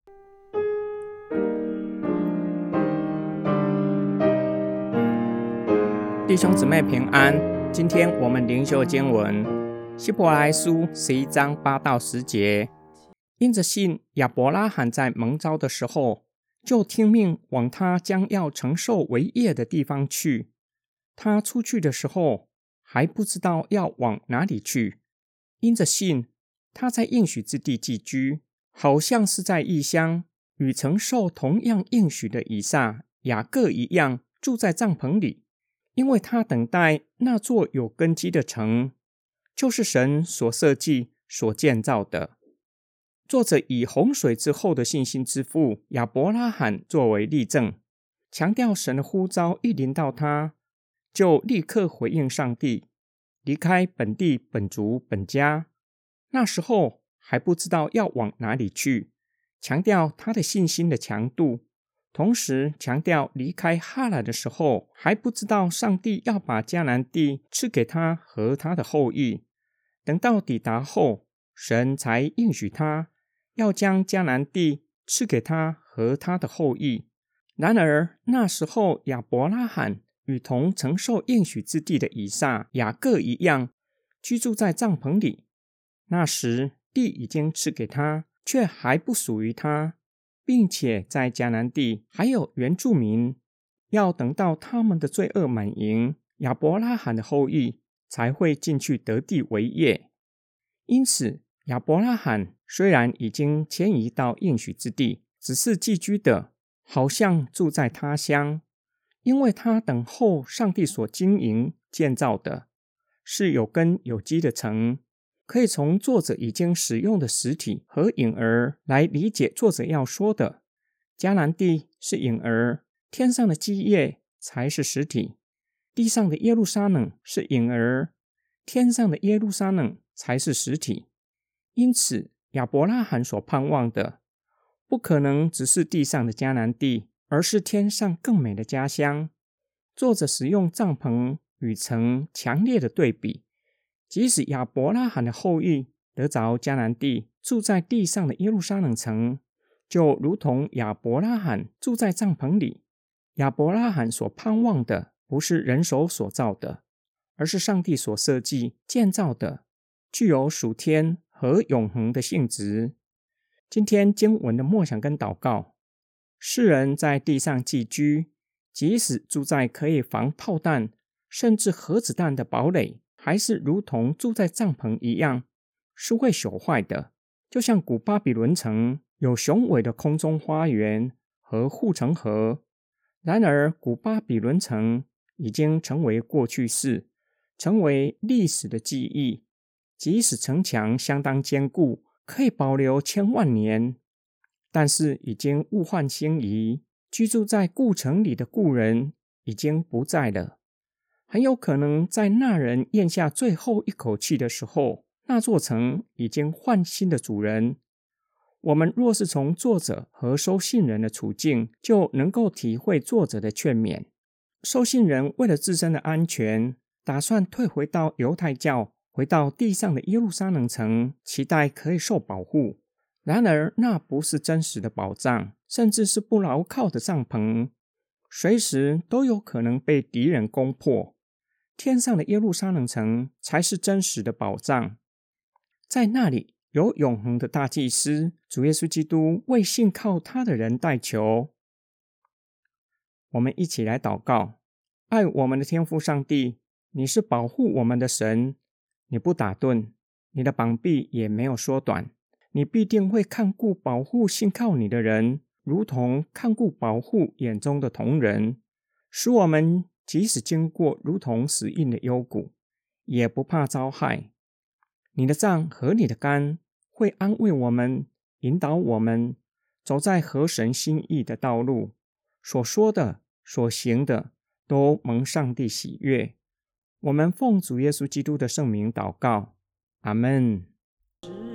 弟兄姊妹平安，今天我们灵修经文希伯来书11章8到10节。因着信，亚伯拉罕在蒙召的时候，就听命往他将要承受为业的地方去。他出去的时候，还不知道要往哪里去。因着信，他在应许之地寄居，好像是在异乡，与承受同样应许的以撒、雅各一样，住在帐篷里。因为他等待那座有根基的城，就是神所设计、所建造的。作者以洪水之后的信心之父亚伯拉罕作为例证，强调神的呼召一临到他，就立刻回应上帝，离开本地、本族、本家。那时候还不知道要往哪里去，强调他的信心的强度。同时强调离开哈兰的时候，还不知道上帝要把迦南地赐给他和他的后裔。等到抵达后，神才应许他要将迦南地赐给他和他的后裔。然而那时候亚伯拉罕与同承受应许之地的以撒、雅各一样，居住在帐篷里。那时地已经赐给他，却还不属于他，并且在迦南地还有原住民，要等到他们的罪恶满盈，亚伯拉罕的后裔才会进去得地为业。因此亚伯拉罕虽然已经迁移到应许之地，只是寄居的，好像住在他乡，因为他等候上帝所经营建造的是有根有基的城。可以从作者已经使用的实体和影儿来理解作者要说的，迦南地是影儿，天上的基业才是实体。地上的耶路撒冷是影儿，天上的耶路撒冷才是实体。因此亚伯拉罕所盼望的不可能只是地上的迦南地，而是天上更美的家乡。作者使用帐篷与城强烈的对比，即使亚伯拉罕的后裔得着迦南地，住在地上的耶路撒冷城，就如同亚伯拉罕住在帐篷里。亚伯拉罕所盼望的不是人手所造的，而是上帝所设计建造的，具有属天和永恒的性质。今天经文的默想跟祷告，世人在地上寄居，即使住在可以防炮弹甚至核子弹的堡垒，还是如同住在帐篷一样，是会朽坏的。就像古巴比伦城有雄伟的空中花园和护城河，然而古巴比伦城已经成为过去式，成为历史的记忆。即使城墙相当坚固，可以保留千万年，但是已经物换星移，居住在故城里的故人已经不在了。很有可能在那人咽下最后一口气的时候，那座城已经换新的主人。我们若是从作者和收信人的处境，就能够体会作者的劝勉。收信人为了自身的安全，打算退回到犹太教，回到地上的耶路撒冷城，期待可以受保护。然而那不是真实的保障，甚至是不牢靠的帐篷，随时都有可能被敌人攻破。天上的耶路撒冷城才是真实的保障，在那里有永恒的大祭司主耶稣基督为信靠他的人代求。我们一起来祷告。爱我们的天父上帝，你是保护我们的神，你不打盹，你的膀臂也没有缩短，你必定会看顾保护信靠你的人，如同看顾保护眼中的瞳人，使我们即使经过如同死荫的幽谷，也不怕遭害。你的杖和你的竿会安慰我们，引导我们走在合神心意的道路，所说的所行的都蒙上帝喜悦。我们奉主耶稣基督的圣名祷告，阿们。